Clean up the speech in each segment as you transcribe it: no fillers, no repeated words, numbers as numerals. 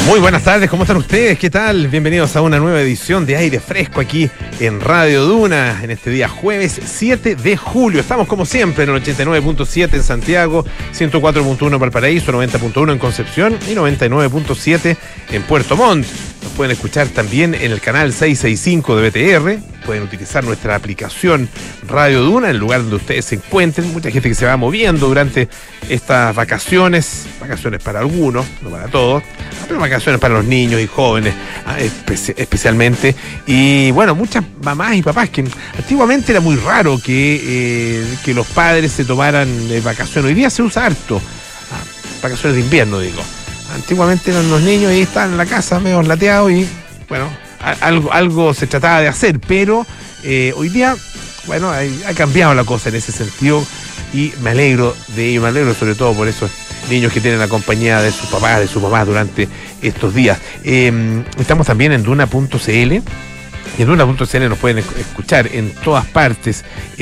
Muy buenas tardes, ¿cómo están ustedes? ¿Qué tal? Bienvenidos a una nueva edición de Aire Fresco aquí en Radio Duna, en este día jueves 7 de julio. Estamos como siempre en el 89.7 en Santiago, 104.1 en Valparaíso, 90.1 en Concepción y 99.7 en Puerto Montt. Nos pueden escuchar también en el canal 665 de BTR. Pueden utilizar nuestra aplicación Radio Duna en el lugar donde ustedes se encuentren. Mucha gente que se va moviendo durante estas vacaciones para algunos, no para todos, pero vacaciones para los niños y jóvenes especialmente. Y bueno, muchas mamás y papás que antiguamente era muy raro que los padres se tomaran vacaciones. Hoy día se usa harto, vacaciones de invierno digo. Antiguamente eran los niños y estaban en la casa medio lateados y bueno, algo se trataba de hacer, pero hoy día, bueno, ha cambiado la cosa en ese sentido y me alegro de ello, me alegro sobre todo por esos niños que tienen la compañía de sus papás, de sus mamás durante estos días. Estamos también en Duna.cl. En Duna.cl nos pueden escuchar en todas partes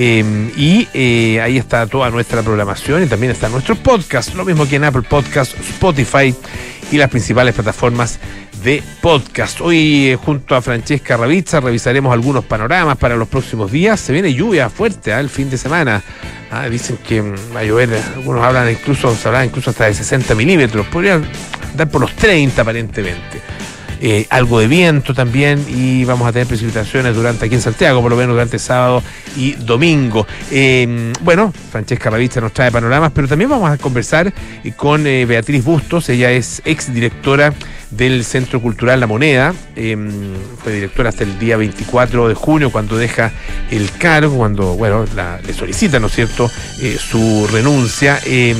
y ahí está toda nuestra programación y también está nuestro podcast, lo mismo que en Apple Podcast, Spotify y las principales plataformas de podcast. Hoy junto a Francesca Ravizza revisaremos algunos panoramas para los próximos días. Se viene lluvia fuerte el fin de semana. Dicen que va a llover, algunos se hablan incluso hasta de 60 milímetros, podría dar por los 30 aparentemente. Algo de viento también y vamos a tener precipitaciones aquí en Santiago, por lo menos durante sábado y domingo. Bueno, Francesca Ravizza nos trae panoramas, pero también vamos a conversar con Beatriz Bustos. Ella es exdirectora del Centro Cultural La Moneda, fue directora hasta el día 24 de junio cuando deja el cargo, cuando bueno le solicita, ¿no es cierto?, su renuncia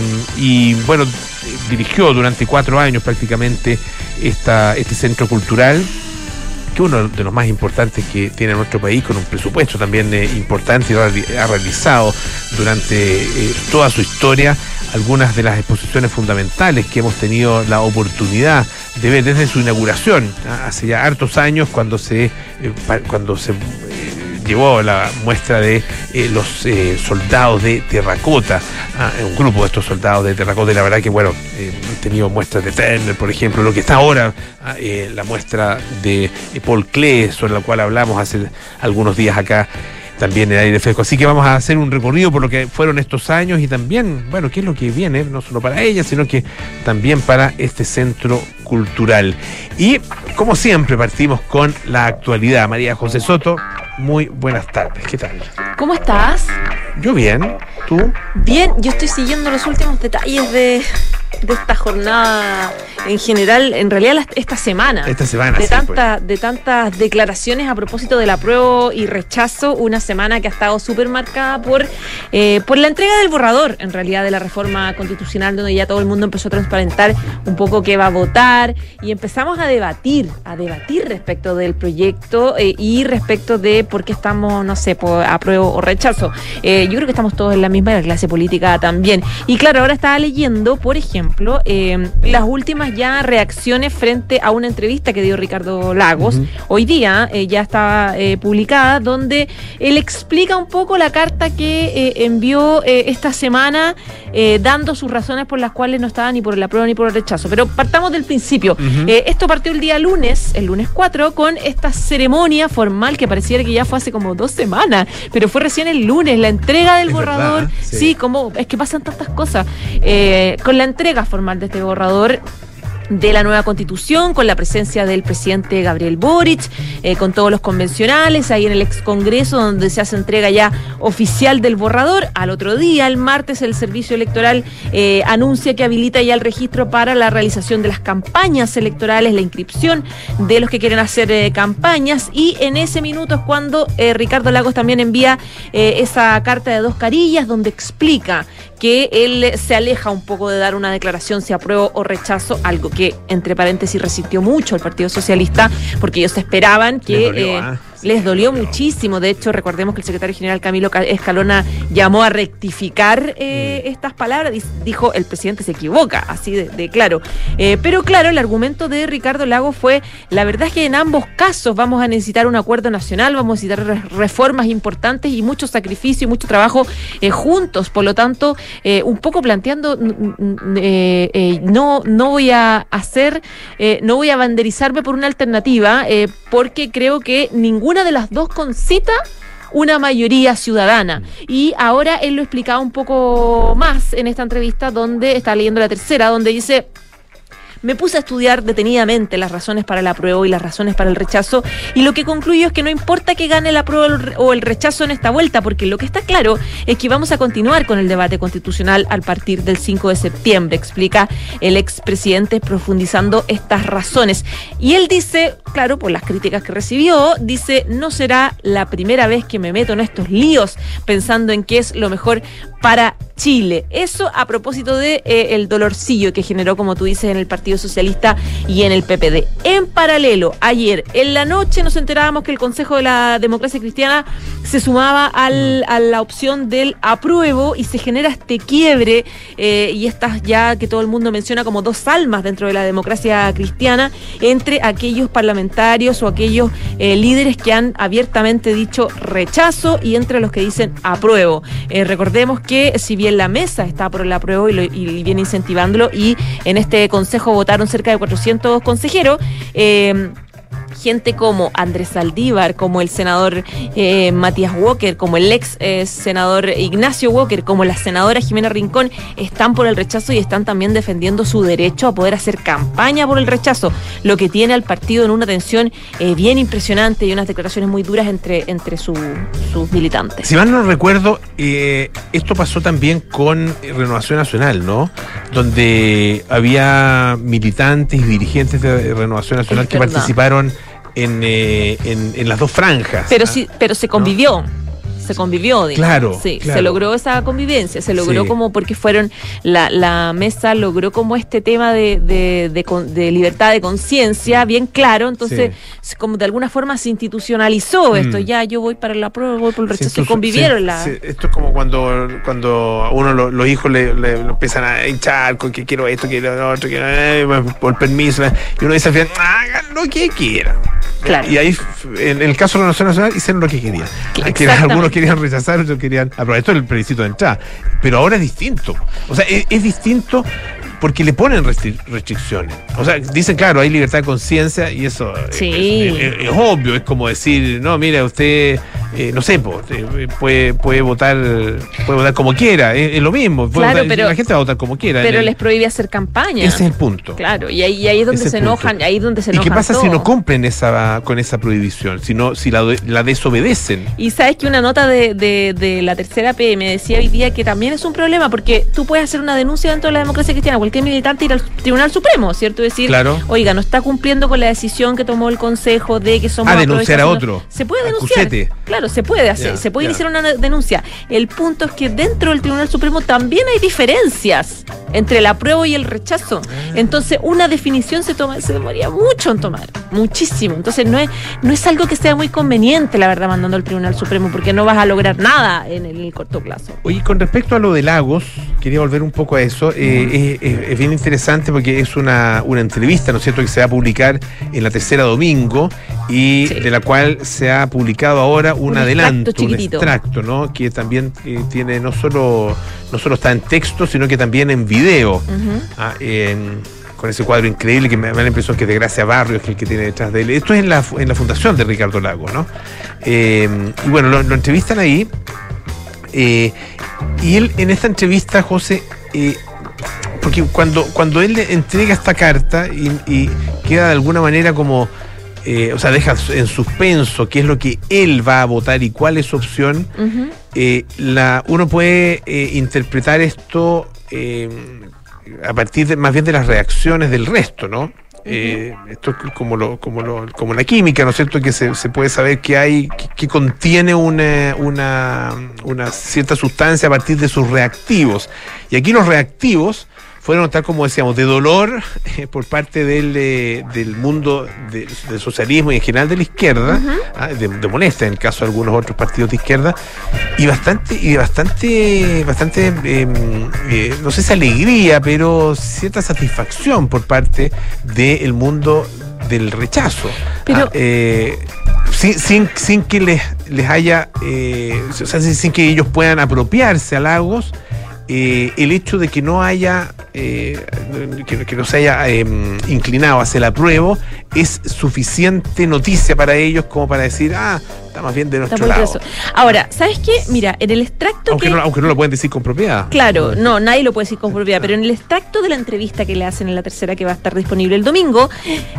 y bueno, dirigió durante 4 años prácticamente este centro cultural, que es uno de los más importantes que tiene nuestro país, con un presupuesto también importante, y ha realizado durante toda su historia algunas de las exposiciones fundamentales que hemos tenido la oportunidad de ver desde su inauguración, hace ya hartos años, cuando se llevó la muestra de los soldados de terracota, un grupo de estos soldados de terracota, y la verdad que bueno, han tenido muestras de Turner, por ejemplo, lo que está ahora, la muestra de Paul Klee, sobre la cual hablamos hace algunos días acá también en Aire Fresco. Así que vamos a hacer un recorrido por lo que fueron estos años y también, bueno, qué es lo que viene, no solo para ella, sino que también para este centro cultural. Y, como siempre, partimos con la actualidad. María José Soto, muy buenas tardes. ¿Qué tal? ¿Cómo estás? Yo bien. ¿Tú? Bien, yo estoy siguiendo los últimos detalles de esta jornada en general, en realidad esta semana. De tantas declaraciones a propósito del apruebo y rechazo, una semana que ha estado súper marcada por la entrega del borrador, en realidad, de la reforma constitucional, donde ya todo el mundo empezó a transparentar un poco qué va a votar y empezamos a debatir respecto del proyecto y respecto de por qué estamos, no sé, por apruebo o rechazo. Yo creo que estamos todos en la misma, la clase política también. Y claro, ahora estaba leyendo, por ejemplo, las últimas ya reacciones frente a una entrevista que dio Ricardo Lagos. Hoy día ya está publicada, donde él explica un poco la carta que envió esta semana, dando sus razones por las cuales no estaba ni por el apruebo ni por el rechazo. Pero partamos del principio. Esto partió el día lunes, el lunes 4, con esta ceremonia formal que pareciera que ya fue hace como 2 semanas, pero fue recién el lunes, la entrega del borrador. Verdad, sí, como es que pasan tantas cosas. Con la entrega formal de este borrador de la nueva Constitución, con la presencia del presidente Gabriel Boric, con todos los convencionales, ahí en el ex Congreso, donde se hace entrega ya oficial del borrador. Al otro día, el martes, el Servicio Electoral anuncia que habilita ya el registro para la realización de las campañas electorales, la inscripción de los que quieren hacer campañas, y en ese minuto es cuando Ricardo Lagos también envía esa carta de 2 carillas, donde explica que él se aleja un poco de dar una declaración si apruebo o rechazo, algo que, entre paréntesis, resistió mucho el Partido Socialista, porque ellos esperaban que Les dolió muchísimo. De hecho, recordemos que el secretario general Camilo Escalona llamó a rectificar estas palabras. Dijo, el presidente se equivoca, así de claro. Pero claro, el argumento de Ricardo Lagos fue, la verdad es que en ambos casos vamos a necesitar un acuerdo nacional, vamos a necesitar reformas importantes y mucho sacrificio y mucho trabajo juntos. Por lo tanto, un poco planteando, no voy a banderizarme por una alternativa, porque creo que ninguna de las dos concita una mayoría ciudadana. Y ahora él lo explicaba un poco más en esta entrevista, donde está leyendo la tercera, donde dice: me puse a estudiar detenidamente las razones para el apruebo y las razones para el rechazo, y lo que concluyo es que no importa que gane el apruebo o el rechazo en esta vuelta, porque lo que está claro es que vamos a continuar con el debate constitucional a partir del 5 de septiembre, explica el expresidente profundizando estas razones. Y él dice, claro, por las críticas que recibió, dice: no será la primera vez que me meto en estos líos pensando en qué es lo mejor para Chile. Eso a propósito de el dolorcillo que generó, como tú dices, en el Partido Socialista y en el PPD. En paralelo, ayer en la noche nos enterábamos que el Consejo de la Democracia Cristiana se sumaba a la opción del apruebo, y se genera este quiebre y estas ya que todo el mundo menciona como dos almas dentro de la democracia cristiana, entre aquellos parlamentarios o aquellos líderes que han abiertamente dicho rechazo y entre los que dicen apruebo. Recordemos que si bien la mesa está por el apruebo y viene incentivándolo, y en este consejo votaron cerca de 400 consejeros, gente como Andrés Saldívar, como el senador Matías Walker, como el ex senador Ignacio Walker, como la senadora Jimena Rincón, están por el rechazo y están también defendiendo su derecho a poder hacer campaña por el rechazo, lo que tiene al partido en una tensión bien impresionante y unas declaraciones muy duras entre sus militantes. Si mal no recuerdo, esto pasó también con Renovación Nacional, ¿no? Donde había militantes y dirigentes de Renovación Nacional que participaron en las dos franjas. Pero se convivió. ¿No? Se convivió, digamos. Claro, sí, claro. Se logró esa convivencia, se logró como porque fueron, la mesa logró como este tema de libertad de conciencia bien claro, entonces como de alguna forma se institucionalizó esto, ya yo voy para la prueba, voy por el rechazo, y convivieron esto es como cuando a uno los hijos le empiezan a hinchar con que quiero esto, quiero lo otro, por permiso, y uno dice al final, hagan lo que quieran. Claro. Y ahí, en el caso de la Nación Nacional, hicieron lo que querían. Algunos querían rechazar, otros querían aprobar. Esto es el plebiscito de entrada. Pero ahora es distinto. O sea, es distinto porque le ponen restricciones. O sea, dicen, claro, hay libertad de conciencia y eso es obvio. Es como decir, no, mira, usted, no sé, puede votar como quiera. Es lo mismo. Claro, pero la gente va a votar como quiera. Pero les prohíbe hacer campaña. Ese es el punto. Claro, y ahí es donde se enojan. Ahí es donde se enojan. ¿Y qué pasa todos si no cumplen con esa prohibición? Si la desobedecen. Y sabes que una nota de la tercera PM decía hoy día que también es un problema, porque tú puedes hacer una denuncia dentro de la democracia cristiana, cualquier militante ir al Tribunal Supremo, ¿cierto? Decir, claro, oiga, no está cumpliendo con la decisión que tomó el Consejo de que somos... denunciar a otro. Se puede denunciar. Claro, se puede hacer, se puede iniciar una denuncia. El punto es que dentro del Tribunal Supremo también hay diferencias entre el apruebo y el rechazo. Entonces, una definición se demoraría mucho en tomar, muchísimo. Entonces, no es algo que sea muy conveniente, la verdad, mandando al Tribunal Supremo, porque no vas a lograr nada en el corto plazo. Oye, con respecto a lo de Lagos, quería volver un poco a eso. Es bien interesante porque es una entrevista, ¿no es cierto?, que se va a publicar en la tercera domingo y de la cual se ha publicado ahora un adelanto, un extracto, ¿no?, que también tiene no solo está en texto, sino que también en video. Con ese cuadro increíble que me da la impresión que es de Gracia Barrios, que es el que tiene detrás de él. Esto es en la fundación de Ricardo Lagos, ¿no? Y bueno, lo entrevistan ahí. Y él en esta entrevista, José, porque cuando él le entrega esta carta y queda de alguna manera como, o sea, deja en suspenso qué es lo que él va a votar y cuál es su opción, uno puede interpretar esto a partir más bien de las reacciones del resto, ¿no? Esto es como la química, ¿no es cierto?, que se puede saber que contiene una cierta sustancia a partir de sus reactivos. Y aquí los reactivos fueron, tal como decíamos, de dolor por parte del mundo del socialismo y en general de la izquierda, de molestia en el caso de algunos otros partidos de izquierda, y bastante no sé si alegría, pero cierta satisfacción por parte del mundo del rechazo. Pero sin que les haya, o sea, sin que ellos puedan apropiarse halagos, el hecho de que no haya, que no se haya inclinado hacia el apruebo es suficiente noticia para ellos como para decir, está más bien de nuestro lado. Ahora, ¿sabes qué? Mira, en el extracto aunque no lo pueden decir con propiedad. Claro, no, nadie lo puede decir con propiedad, pero en el extracto de la entrevista que le hacen en La Tercera, que va a estar disponible el domingo,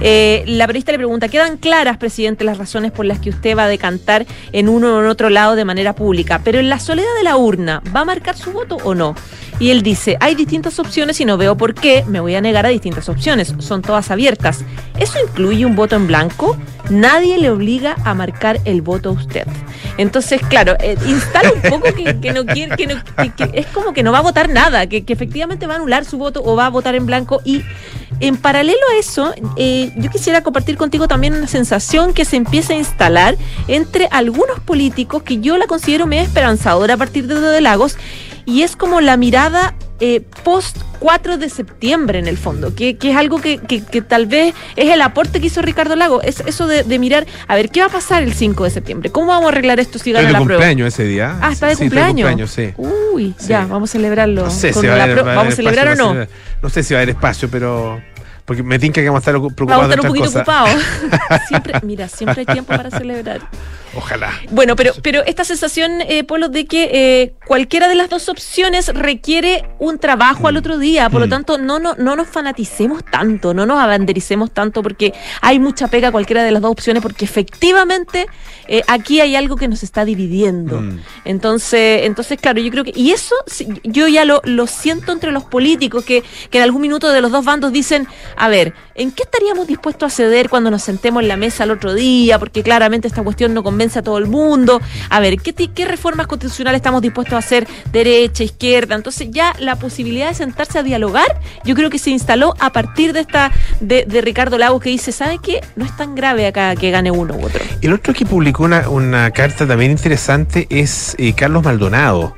la periodista le pregunta, ¿quedan claras, presidente, las razones por las que usted va a decantar en uno o en otro lado de manera pública? Pero en la soledad de la urna, ¿va a marcar su voto o no? Y él dice, hay distintas opciones y no veo por qué me voy a negar a distintas opciones. Son todas abiertas. ¿Eso incluye un voto en blanco? Nadie le obliga a marcar el voto a usted. Entonces, claro, instala un poco que no quiere, que es como que no va a votar nada, que efectivamente va a anular su voto o va a votar en blanco. Y en paralelo a eso, yo quisiera compartir contigo también una sensación que se empieza a instalar entre algunos políticos que yo la considero medio esperanzadora a partir de Lagos, y es como la mirada post 4 de septiembre en el fondo, que es algo que tal vez es el aporte que hizo Ricardo Lagos, es eso de mirar, a ver, ¿qué va a pasar el 5 de septiembre? ¿Cómo vamos a arreglar esto si gana la prueba? Cumpleaños ese día. ¿Está de cumpleaños? Sí. Uy, sí. Ya, vamos a celebrarlo. No sé si ¿vamos a celebrar o no? No sé si va a haber espacio, pero porque me tinca que vamos a estar preocupados. Vamos a estar un poquito ocupados. Siempre hay tiempo para celebrar. Ojalá. Bueno, pero esta sensación, Polo, de que cualquiera de las dos opciones requiere un trabajo al otro día, por lo tanto no nos fanaticemos tanto, no nos abandericemos tanto, porque hay mucha pega a cualquiera de las dos opciones, porque efectivamente aquí hay algo que nos está dividiendo. Entonces, claro, yo creo que, y eso yo ya lo siento entre los políticos, que en algún minuto de los dos bandos dicen, a ver, ¿en qué estaríamos dispuestos a ceder cuando nos sentemos en la mesa el otro día? Porque claramente esta cuestión no convence a todo el mundo. A ver, ¿qué reformas constitucionales estamos dispuestos a hacer, derecha, izquierda? Entonces ya la posibilidad de sentarse a dialogar, yo creo que se instaló a partir de Ricardo Lagos, que dice, ¿sabe qué? No es tan grave acá que gane uno u otro. El otro que publicó una carta también interesante es Carlos Maldonado.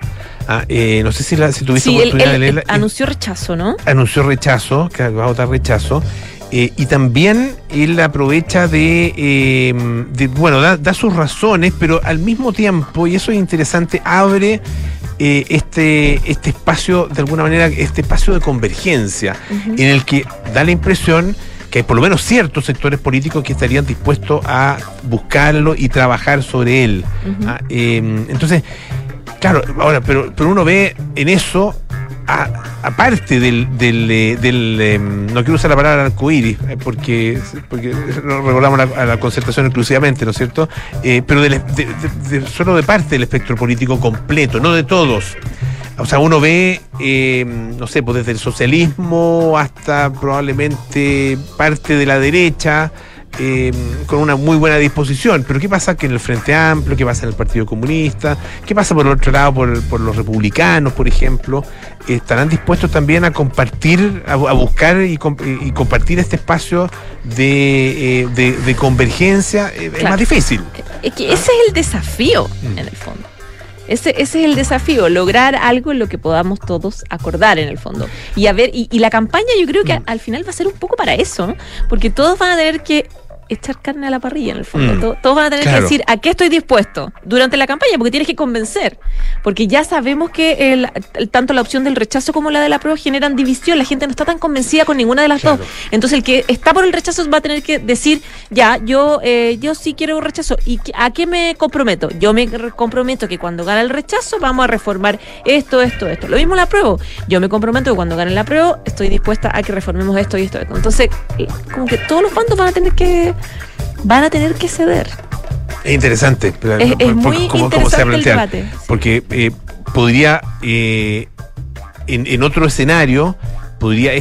No sé si tuviste oportunidad de leerla. Anunció rechazo, ¿no? Anunció rechazo, que va a votar rechazo. Y también él aprovecha da sus razones, pero al mismo tiempo, y eso es interesante, abre este espacio, de alguna manera, este espacio de convergencia, en el que da la impresión que hay por lo menos ciertos sectores políticos que estarían dispuestos a buscarlo y trabajar sobre él. Entonces, claro, ahora, pero uno ve en eso, aparte del no quiero usar la palabra arcoíris, porque no recordamos a la concertación exclusivamente, ¿no es cierto? Pero solo de parte del espectro político completo, no de todos. O sea, uno ve, no sé, pues desde el socialismo hasta probablemente parte de la derecha, con una muy buena disposición. Pero ¿qué pasa que en el Frente Amplio? ¿Qué pasa en el Partido Comunista? ¿Qué pasa por el otro lado por los republicanos, por ejemplo? ¿Estarán dispuestos también a compartir, a buscar y compartir este espacio de convergencia? Claro. Es más difícil. Es que ese es el desafío, en el fondo. Ese es el desafío, lograr algo en lo que podamos todos acordar en el fondo. Y a ver, y la campaña yo creo que al final va a ser un poco para eso, ¿no? Porque todos van a tener que echar carne a la parrilla, en el fondo. Todos van a tener que decir, ¿a qué estoy dispuesto? Durante la campaña, porque tienes que convencer. Porque ya sabemos que tanto la opción del rechazo como la de la apruebo generan división. La gente no está tan convencida con ninguna de las dos. Entonces, el que está por el rechazo va a tener que decir, ya, yo sí quiero un rechazo. ¿Y a qué me comprometo? Yo me comprometo que cuando gane el rechazo vamos a reformar esto. Lo mismo la apruebo. Yo me comprometo que cuando gane la apruebo estoy dispuesta a que reformemos esto y esto. Entonces, como que todos los bandos van a tener que ceder. Es interesante. Es muy interesante el debate. Porque podría, en otro escenario, podría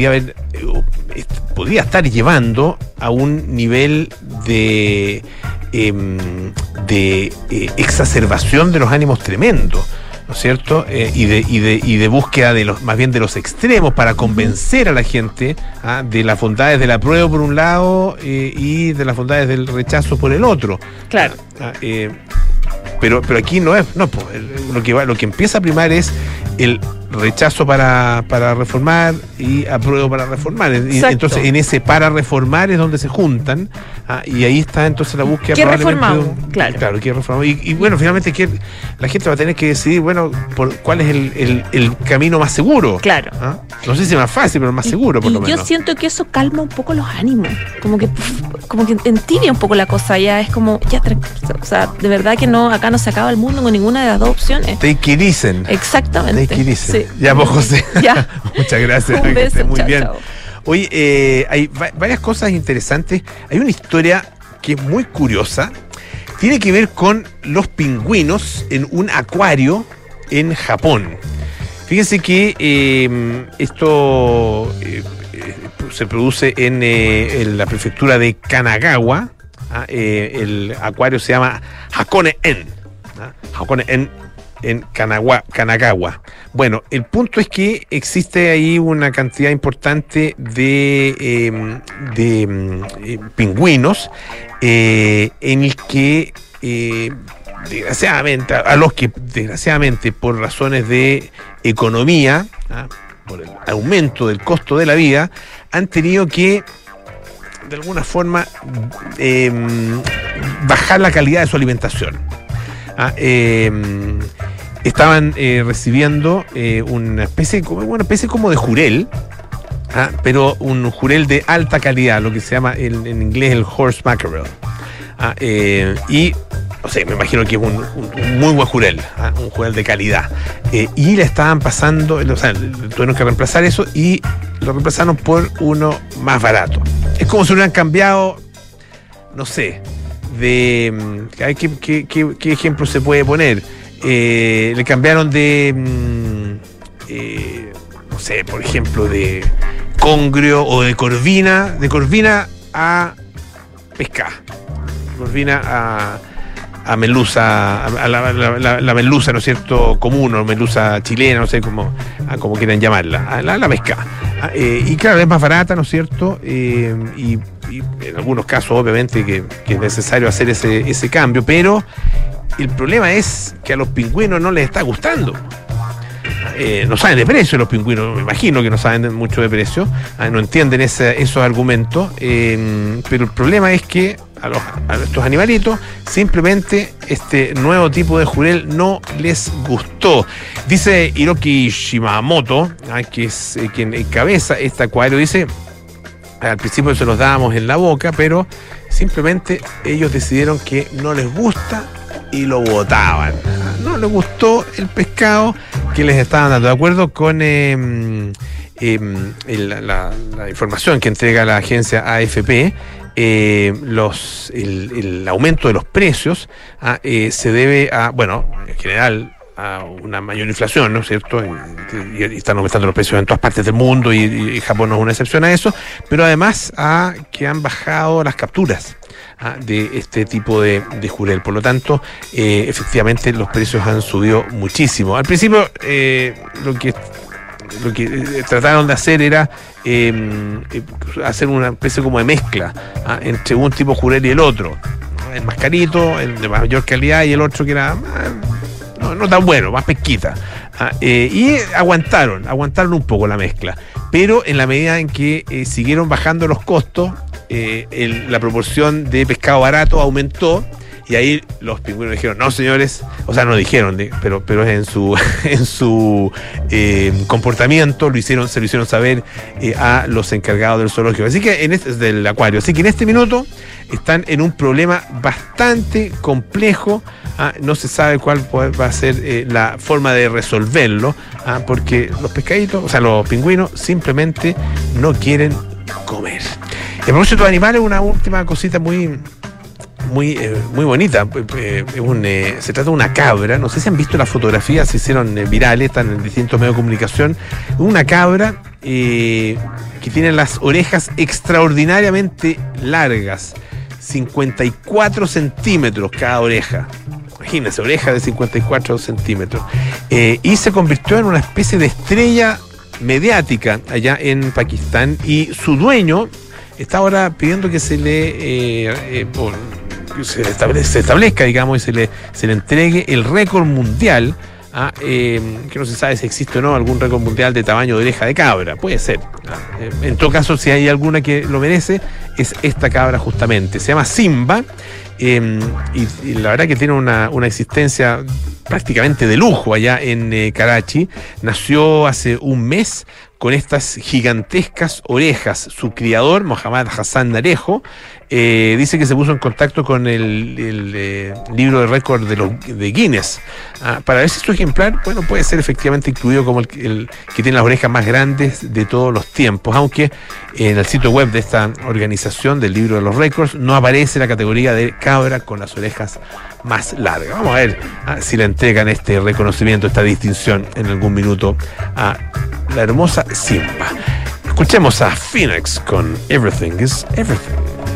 estar llevando a un nivel de exacerbación de los ánimos tremendo. ¿no es cierto? Y de búsqueda más bien de los extremos para convencer a la gente de las bondades del apruebo por un lado y de las bondades del rechazo por el otro. Claro. Pero aquí no es, lo que empieza a primar es el rechazo para reformar y apruebo para reformar. Entonces, en ese para reformar es donde se juntan, y ahí está entonces la búsqueda. ¿Qué reformamos? Claro, ¿qué reformamos? Y bueno, finalmente la gente va a tener que decidir, bueno, por cuál es el camino más seguro. Claro. No sé si más fácil, pero más seguro, por lo menos. Yo siento que eso calma un poco los ánimos, como que entibia un poco la cosa, ya es como, o sea, de verdad que no, acá no se acaba el mundo con ninguna de las dos opciones. Take it easy. Exactamente. Take it easy. Sí. Ya, pues, José. Ya. Muchas gracias. Un beso, muy bien. Chao. Oye, hay varias cosas interesantes. Hay una historia que es muy curiosa. Tiene que ver con los pingüinos en un acuario en Japón. Fíjense que esto se produce en la prefectura de Kanagawa. El acuario se llama Hakone-en. Hakone-en en Kanagawa. Bueno, el punto es que existe ahí una cantidad importante de pingüinos en el que desgraciadamente por razones de economía, por el aumento del costo de la vida, han tenido que de alguna forma bajar la calidad de su alimentación. Estaban recibiendo una especie como de jurel, pero un jurel de alta calidad, lo que se llama en inglés el horse mackerel. Y no sé, me imagino que es un muy buen jurel, un jurel de calidad. Y le estaban pasando, tuvieron que reemplazar eso y lo reemplazaron por uno más barato. Es como si hubieran cambiado, no sé, ¿qué ejemplo se puede poner? Le cambiaron de no sé, por ejemplo, de congrio o de corvina a pesca, corvina a melusa, a la melusa, ¿no es cierto?, común, o melusa chilena, no sé como quieran llamarla, la pesca. Y claro, es más barata, ¿no es cierto? Y en algunos casos, obviamente, que es necesario hacer ese cambio, pero el problema es que a los pingüinos no les está gustando. No saben de precio los pingüinos, me imagino que no saben mucho de precio, no entienden esos argumentos, pero el problema es que a estos animalitos simplemente este nuevo tipo de jurel no les gustó. Dice Hiroki Shimamoto, que es quien encabeza este acuario, dice: al principio se los dábamos en la boca, pero simplemente ellos decidieron que no les gusta y lo botaban. No les gustó el pescado que les estaban dando. De acuerdo con la información que entrega la agencia AFP, el aumento de los precios se debe a, bueno, en general, a una mayor inflación, ¿no es cierto? Y están aumentando los precios en todas partes del mundo y Japón no es una excepción a eso, pero además a que han bajado las capturas de este tipo de jurel. Por lo tanto, efectivamente los precios han subido muchísimo. Al principio lo que trataron de hacer era hacer una especie como de mezcla entre un tipo de jurel y el otro. El más carito, el de mayor calidad, y el otro que era no tan bueno, más pesquita. Y aguantaron un poco la mezcla. Pero en la medida en que siguieron bajando los costos, la proporción de pescado barato aumentó. Y ahí los pingüinos dijeron: no, señores, o sea, no dijeron, pero en su comportamiento se lo hicieron saber a los encargados del zoológico. Así que del acuario. Así que en este minuto están en un problema bastante complejo. No se sabe cuál va a ser la forma de resolverlo, porque los pescaditos, o sea, los pingüinos simplemente no quieren comer. A propósito de animales, una última cosita muy bonita. Se trata de una cabra. No sé si han visto las fotografías, se hicieron virales, están en distintos medios de comunicación. Una cabra que tiene las orejas extraordinariamente largas, 54 centímetros cada oreja. Imagínense, oreja de 54 centímetros. y se convirtió en una especie de estrella mediática allá en Pakistán, y su dueño está ahora pidiendo que se establezca, digamos, y se le entregue el récord mundial, que no se sabe si existe o no algún récord mundial de tamaño de oreja de cabra. Puede ser. En todo caso, si hay alguna que lo merece, es esta cabra justamente. Se llama Simba, y la verdad que tiene una existencia prácticamente de lujo allá en Karachi. Nació hace un mes con estas gigantescas orejas. Su criador, Mohammad Hassan Narejo, dice que se puso en contacto con el libro de récord de Guinness, para ver si su ejemplar, bueno, puede ser efectivamente incluido como el que tiene las orejas más grandes de todos los tiempos, aunque en el sitio web de esta organización del libro de los récords no aparece la categoría de cabra con las orejas más largas. Vamos a ver si le entregan este reconocimiento, esta distinción en algún minuto a la hermosa Simba. Escuchemos a Phoenix con Everything is Everything.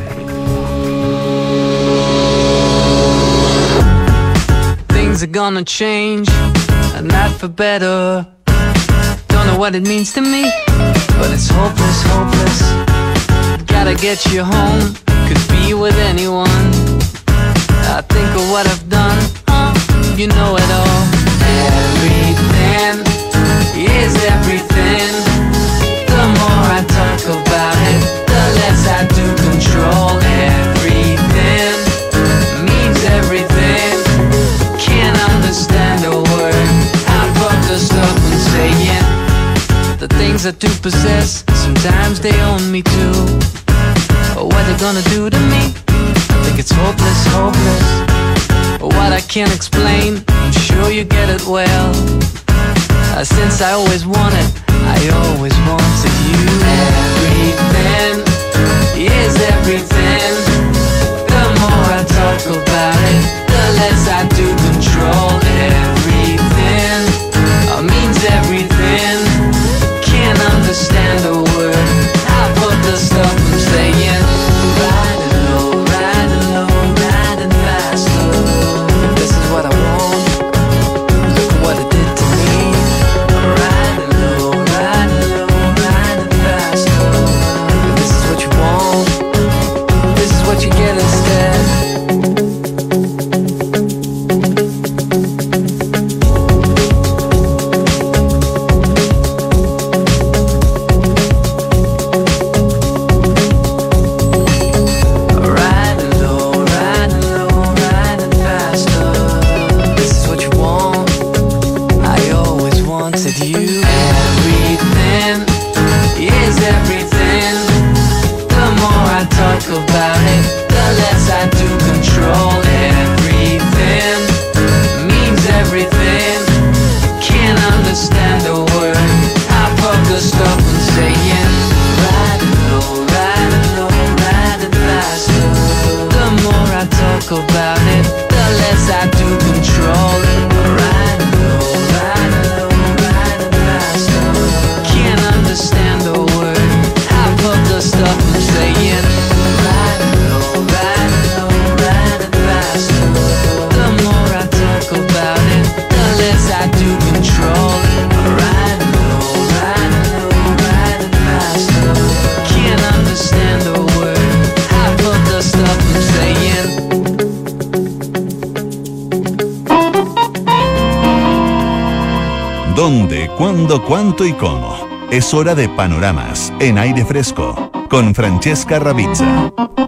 Things are gonna change, and not for better. Don't know what it means to me, but it's hopeless, hopeless. Gotta get you home, could be with anyone. I think of what I've done, you know it all. Everything is everything. The more I talk about it, the less I do control. Everything means everything. Can't understand a word half of the stuff I'm saying. The things I do possess, sometimes they own me too. What they're gonna do to me, I think it's hopeless, hopeless. What I can't explain, I'm sure you get it well. Since I always wanted you. Everything is everything. The more I talk about it, the less I do control. Everything means everything. Can't understand a word half of the stuff I'm saying. Riding low, riding faster. This is what I want. Look at what it did to me. Riding low, riding faster. This is what you want. This is what you get instead. ¿Dónde, cuándo, cuánto y cómo? Es hora de panoramas en aire fresco con Francesca Ravizza.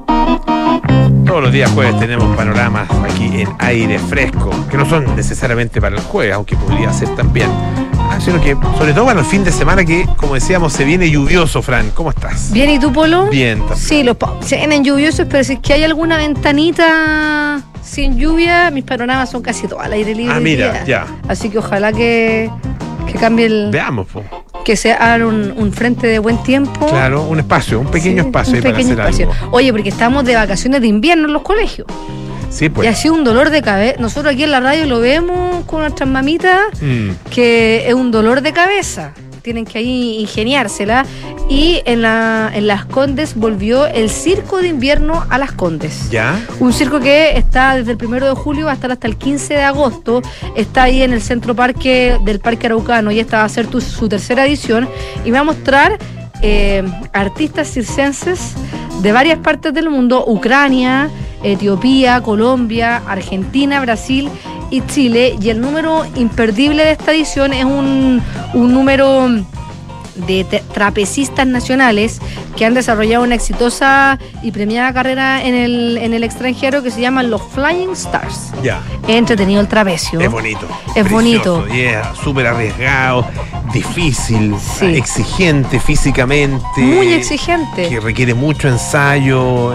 Todos los días jueves tenemos panoramas aquí en aire fresco, que no son necesariamente para el jueves, aunque podría ser también, sino que sobre todo para el fin de semana, que, como decíamos, se viene lluvioso. Fran, ¿cómo estás? Bien, ¿y tú, Polo? Bien también. Sí, se vienen lluviosos, pero si es que hay alguna ventanita sin lluvia, mis panoramas son casi todo al aire libre. Mira, ya. Así que ojalá que cambie el... Veamos, po. Que sea un frente de buen tiempo. Claro, un espacio, un pequeño espacio para hacer algo. Oye, porque estamos de vacaciones de invierno en los colegios. Sí, pues. Y ha sido un dolor de cabeza. Nosotros aquí en la radio lo vemos con nuestras mamitas, que es un dolor de cabeza. tienen que ahí ingeniársela. Y en Las Condes volvió el Circo de Invierno a Las Condes. ¿Ya? Un circo que está desde el 1 de julio, va a estar hasta el 15 de agosto. Está ahí en el Centro Parque del Parque Araucano, y esta va a ser su tercera edición. Y va a mostrar artistas circenses de varias partes del mundo: Ucrania, Etiopía, Colombia, Argentina, Brasil y Chile. Y el número imperdible de esta edición es un número de trapecistas nacionales que han desarrollado una exitosa y premiada carrera en el extranjero, que se llaman los Flying Stars. Ya. Es entretenido el trapecio. Es bonito. Es bonito. Y es súper arriesgado, difícil, exigente físicamente. Muy exigente. Que requiere mucho ensayo,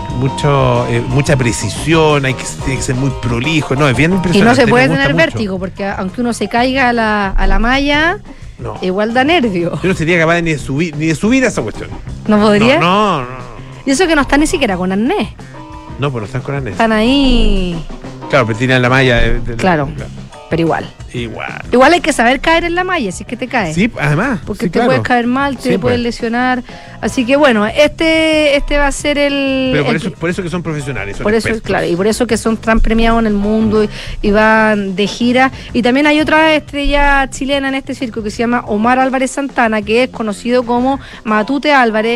mucha precisión, tiene que ser muy prolijo. No, es bien impresionante. Y no se puede tener vértigo, porque aunque uno se caiga a la malla, no, igual da nervio. Yo no sería capaz ni de subir a esa cuestión. ¿No podría? No. Y eso que no están ni siquiera con arnés. No, pero no están con arnés. Están ahí. Claro, pero tienen la malla. Claro, pero igual. Igual hay que saber caer en la malla, si es que te caes. Sí, además. Porque te puedes caer mal, te puedes lesionar. Así que bueno, este va a ser el... Pero por eso que son profesionales, son por eso, expertos. Claro, y por eso que son tan premiados en el mundo y van de gira. Y también hay otra estrella chilena en este circo que se llama Omar Álvarez Santana, que es conocido como Matute Álvarez.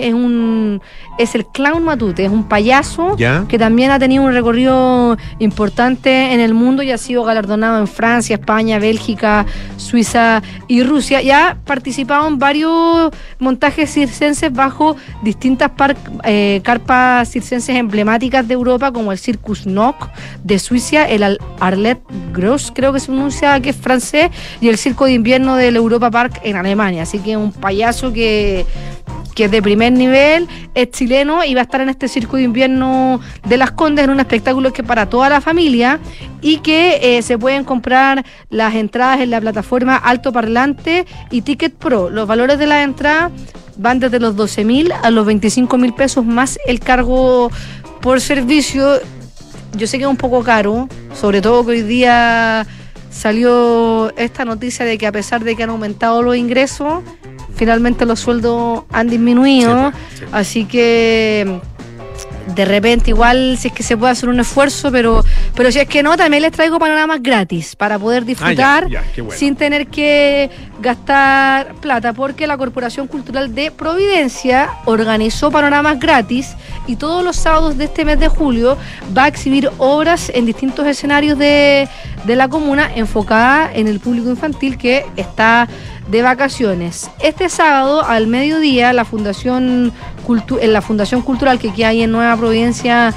Es el clown Matute, es un payaso que también ha tenido un recorrido importante en el mundo y ha sido galardonado en Francia, España, Bélgica, Suiza y Rusia. Y ha participado en varios montajes circenses bajo distintas carpas circenses emblemáticas de Europa, como el Circus Nock de Suiza, el Arlet Gros, creo que se pronuncia, que es francés, y el Circo de Invierno del Europa Park en Alemania. Así que un payaso que es de primer nivel, es chileno y va a estar en este Circo de Invierno de Las Condes, en un espectáculo que es para toda la familia y que se pueden comprar las entradas en la plataforma Alto Parlante y Ticket Pro. Los valores de las entradas van desde los 12.000 a los 25.000 pesos más el cargo por servicio. Yo sé que es un poco caro, sobre todo que hoy día salió esta noticia de que a pesar de que han aumentado los ingresos, finalmente los sueldos han disminuido, así que de repente igual si es que se puede hacer un esfuerzo, pero si es que no, también les traigo panoramas gratis para poder disfrutar sin tener que gastar plata, porque la Corporación Cultural de Providencia organizó panoramas gratis y todos los sábados de este mes de julio va a exhibir obras en distintos escenarios de la comuna enfocada en el público infantil que está de vacaciones. Este sábado al mediodía en la Fundación Cultural que hay en Nueva Providencia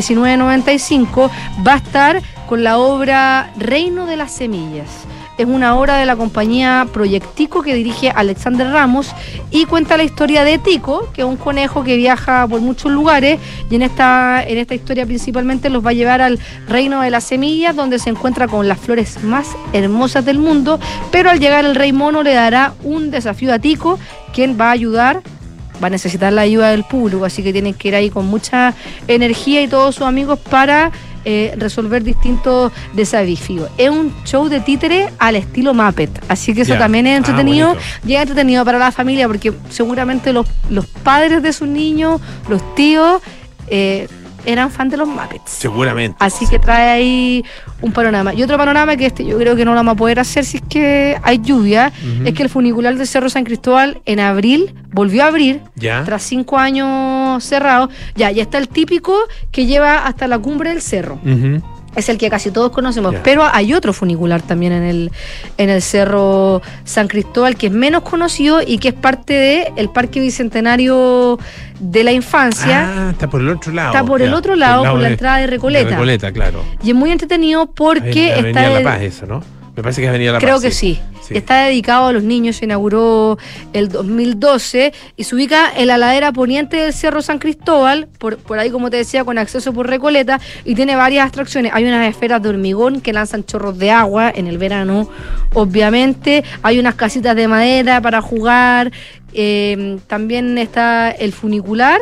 1995 va a estar con la obra Reino de las Semillas. Es una obra de la compañía Proyectico que dirige Alexander Ramos y cuenta la historia de Tico, que es un conejo que viaja por muchos lugares, y en esta historia principalmente los va a llevar al Reino de las Semillas, donde se encuentra con las flores más hermosas del mundo, pero al llegar el Rey Mono le dará un desafío a Tico, quien va a necesitar la ayuda del público, así que tienen que ir ahí con mucha energía y todos sus amigos para resolver distintos desafíos. Es un show de títere al estilo Muppet, así que eso también es entretenido, y es entretenido para la familia, porque seguramente los padres de sus niños, los tíos, eran fan de los Muppets. Seguramente. Así que trae ahí un panorama. Y otro panorama que yo creo que no lo vamos a poder hacer si es que hay lluvia, es que el funicular del Cerro San Cristóbal en abril volvió a abrir, tras 5 años cerrados. Ya está el típico que lleva hasta la cumbre del cerro. Es el que casi todos conocemos, pero hay otro funicular también en el Cerro San Cristóbal que es menos conocido y que es parte del Parque Bicentenario de la Infancia. Está por el otro lado. Está por el otro lado, por la entrada de Recoleta. De Recoleta, claro. Y es muy entretenido porque Avenida La Paz, eso, ¿no? Me parece que es Avenida La Paz. Creo que sí. Está dedicado a los niños, se inauguró el 2012 y se ubica en la ladera poniente del Cerro San Cristóbal, por ahí, como te decía, con acceso por Recoleta, y tiene varias atracciones. Hay unas esferas de hormigón que lanzan chorros de agua en el verano, obviamente. Hay unas casitas de madera para jugar. También está el funicular.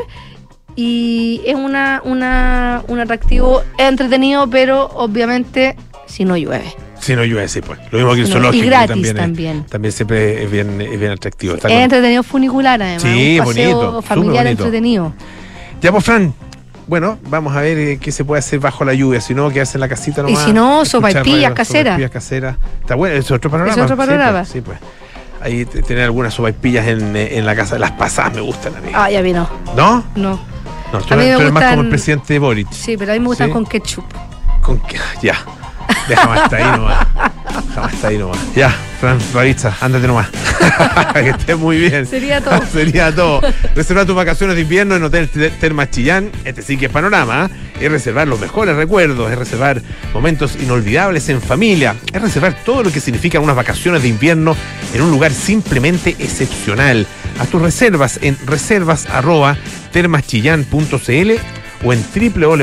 Y es un atractivo entretenido, pero obviamente si no llueve. Si no llueve, sí, pues. Lo mismo que el zoológico. Y gratis también. También siempre es bien atractivo. Es entretenido funicular, además. Sí, un paseo bonito. Familiar entretenido. Ya, pues, Fran. Bueno, vamos a ver qué se puede hacer bajo la lluvia. Si no, quedarse en la casita nomás. Y si no, sopaipillas caseras. Está bueno, es otro panorama. Es otro panorama. Sí, pues. Ahí tener algunas sopaipillas en la casa. Las pasadas me gustan a mí. Ah, ya vi, no. ¿No? No. No, tú eres más como el presidente Boric. Sí, pero a mí me gustan con ketchup. Ya. Déjame hasta ahí nomás. Ya, Fran Ravizza, ándate nomás. Que estés muy bien. Sería todo. Reservar tus vacaciones de invierno en Hotel Termas Chillán. Este sí que es panorama. Es reservar los mejores recuerdos. Es reservar momentos inolvidables en familia. Es reservar todo lo que significan unas vacaciones de invierno en un lugar simplemente excepcional. Haz tus reservas en reservas@termaschillán.cl o en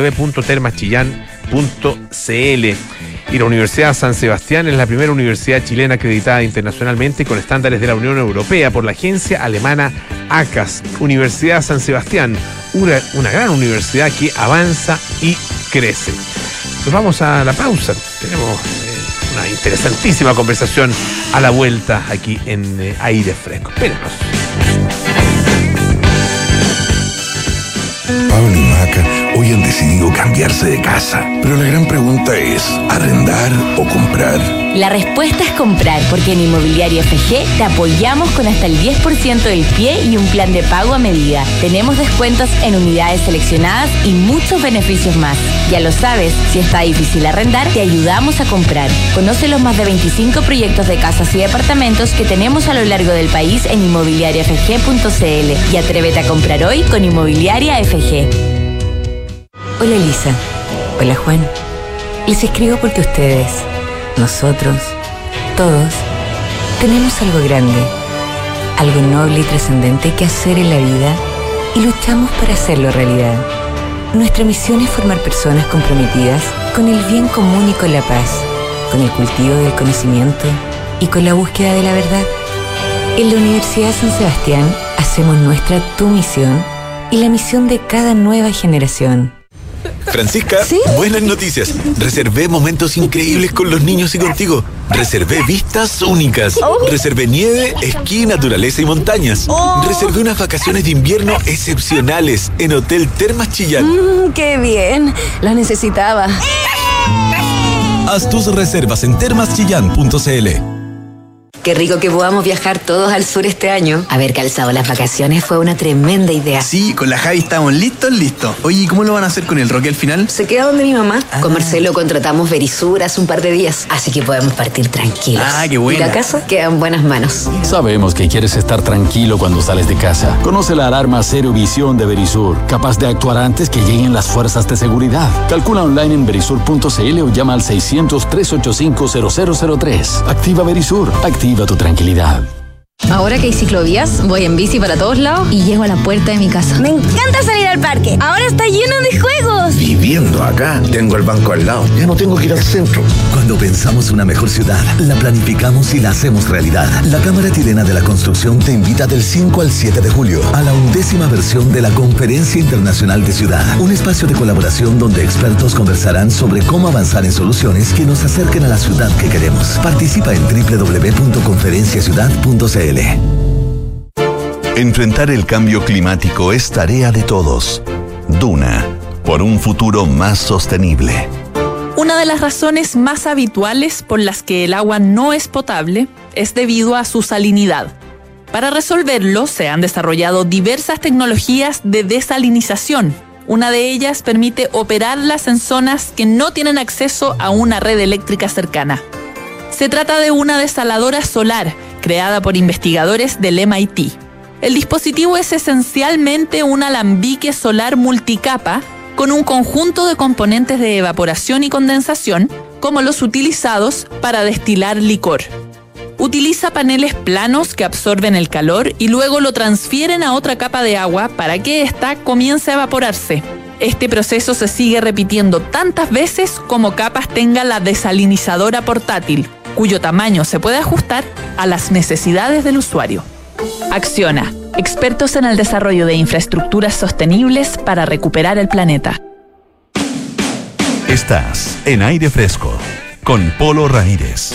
www.termaschillán.cl. Y la Universidad San Sebastián es la primera universidad chilena acreditada internacionalmente con estándares de la Unión Europea por la agencia alemana ACAS. Universidad San Sebastián, una gran universidad que avanza y crece. Nos vamos a la pausa. Tenemos una interesantísima conversación a la vuelta aquí en Aire Fresco. Espérenos. Pablo y Maca hoy han decidido cambiarse de casa. Pero la gran pregunta es, ¿arrendar o comprar? La respuesta es comprar, porque en Inmobiliaria FG te apoyamos con hasta el 10% del pie y un plan de pago a medida. Tenemos descuentos en unidades seleccionadas y muchos beneficios más. Ya lo sabes, si está difícil arrendar, te ayudamos a comprar. Conoce los más de 25 proyectos de casas y departamentos que tenemos a lo largo del país en inmobiliariafg.cl y atrévete a comprar hoy con Inmobiliaria FG. Hola Elisa. Hola Juan. Les escribo porque ustedes, nosotros, todos, tenemos algo grande, algo noble y trascendente que hacer en la vida y luchamos para hacerlo realidad. Nuestra misión es formar personas comprometidas con el bien común y con la paz, con el cultivo del conocimiento y con la búsqueda de la verdad. En la Universidad San Sebastián hacemos nuestra tu misión y la misión de cada nueva generación. Francisca, ¿sí? Buenas noticias. Reservé momentos increíbles con los niños y contigo. Reservé vistas únicas. Reservé nieve, esquí, naturaleza y montañas. Reservé unas vacaciones de invierno excepcionales en Hotel Termas Chillán. ¡Qué bien! Lo necesitaba. Haz tus reservas en termaschillán.cl. Qué rico que podamos viajar todos al sur este año. Haber calzado las vacaciones fue una tremenda idea. Sí, con la Javi estamos listos. Oye, ¿y cómo lo van a hacer con el Roque al final? Se queda donde mi mamá. Con Marcelo contratamos Verisur hace un par de días, así que podemos partir tranquilos. Qué bueno. Y la casa queda en buenas manos. Sabemos que quieres estar tranquilo cuando sales de casa. Conoce la alarma Cero Visión de Verisur, capaz de actuar antes que lleguen las fuerzas de seguridad. Calcula online en verisur.cl o llama al 600-385-0003. Activa Verisur. Activa tu tranquilidad. Ahora que hay ciclovías, voy en bici para todos lados y llego a la puerta de mi casa. Me encanta salir al parque. Ahora está lleno de juegos. Viviendo acá, tengo el banco al lado. Ya no tengo que ir al centro. Cuando pensamos una mejor ciudad, la planificamos y la hacemos realidad. La Cámara Chilena de la Construcción te invita del 5 al 7 de julio a la 11ª versión de la Conferencia Internacional de Ciudad. Un espacio de colaboración donde expertos conversarán sobre cómo avanzar en soluciones que nos acerquen a la ciudad que queremos. Participa en www.conferenciaciudad.cl. Enfrentar el cambio climático es tarea de todos. Duna, por un futuro más sostenible. Una de las razones más habituales por las que el agua no es potable es debido a su salinidad. Para resolverlo, se han desarrollado diversas tecnologías de desalinización. Una de ellas permite operarlas en zonas que no tienen acceso a una red eléctrica cercana. Se trata de una desaladora solar, creada por investigadores del MIT. El dispositivo es esencialmente un alambique solar multicapa con un conjunto de componentes de evaporación y condensación, como los utilizados para destilar licor. Utiliza paneles planos que absorben el calor y luego lo transfieren a otra capa de agua para que ésta comience a evaporarse. Este proceso se sigue repitiendo tantas veces como capas tenga la desalinizadora portátil, cuyo tamaño se puede ajustar a las necesidades del usuario. Acciona, expertos en el desarrollo de infraestructuras sostenibles para recuperar el planeta. Estás en Aire Fresco con Polo Ramírez.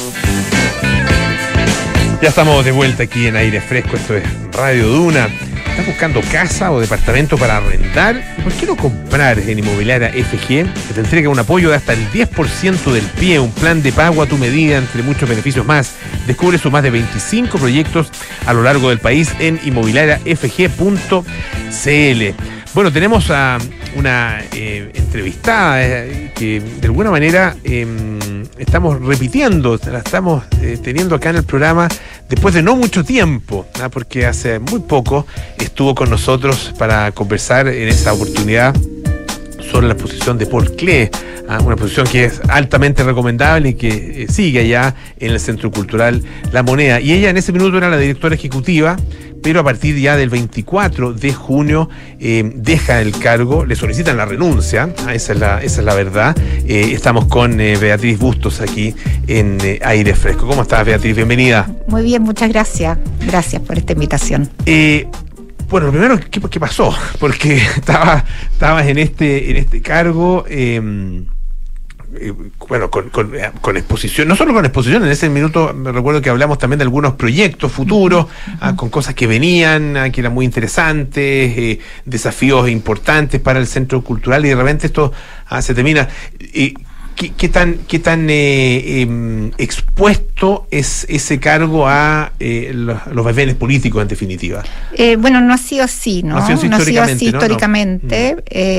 Ya estamos de vuelta aquí en Aire Fresco, esto es Radio Duna. ¿Estás buscando casa o departamento para arrendar? ¿Por qué no comprar en Inmobiliaria FG? Que te entrega un apoyo de hasta el 10% del pie, un plan de pago a tu medida, entre muchos beneficios más. Descubre sus más de 25 proyectos a lo largo del país en inmobiliariafg.cl. Bueno, tenemos a una entrevistada que de alguna manera estamos repitiendo, la estamos teniendo acá en el programa después de no mucho tiempo, ¿no? Porque hace muy poco estuvo con nosotros para conversar en esa oportunidad sobre la exposición de Paul Klee, una exposición que es altamente recomendable y que sigue allá en el Centro Cultural La Moneda. Y ella en ese minuto era la directora ejecutiva, pero a partir ya del 24 de junio deja el cargo, le solicitan la renuncia, esa es la verdad. Estamos con Beatriz Bustos aquí en Aire Fresco. ¿Cómo estás, Beatriz? Bienvenida. Muy bien, muchas gracias. Gracias por esta invitación. Bueno, lo primero, ¿qué pasó? Porque estabas en este cargo, bueno, con exposición, no solo con exposición, en ese minuto me recuerdo que hablamos también de algunos proyectos futuros, con cosas que venían, que eran muy interesantes, desafíos importantes para el Centro Cultural, y de repente esto se termina. ¿Qué tan expuesto es ese cargo a los vaivenes políticos, en definitiva? Bueno, no ha sido así, ¿no? No ha sido así históricamente.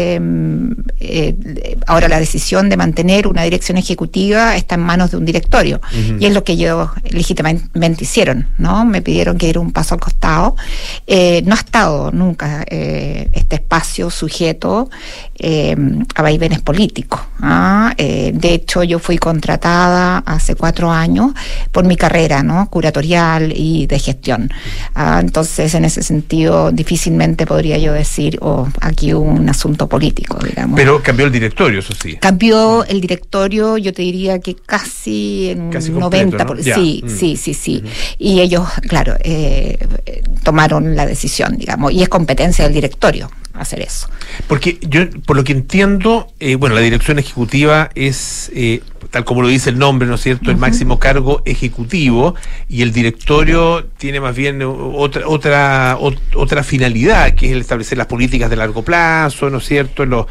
Ahora la decisión de mantener una dirección ejecutiva está en manos de un directorio, y es lo que ellos legítimamente hicieron, ¿no? Me pidieron que diera un paso al costado. No ha estado nunca este espacio sujeto a vaivenes políticos. De hecho, yo fui contratada hace 4 años por mi carrera, ¿no? Curatorial y de gestión. Entonces, en ese sentido, difícilmente podría yo decir, aquí hubo un asunto político, digamos. Pero cambió el directorio, eso sí. Cambió el directorio, yo te diría que casi en casi un completo, 90%. ¿no? Sí. Y ellos, claro, tomaron la decisión, digamos, y es competencia del directorio hacer eso. Porque yo, por lo que entiendo, bueno, la dirección ejecutiva es, tal como lo dice el nombre, ¿no es cierto?, el máximo cargo ejecutivo, y el directorio tiene más bien otra finalidad, que es el establecer las políticas de largo plazo, ¿no es cierto?, los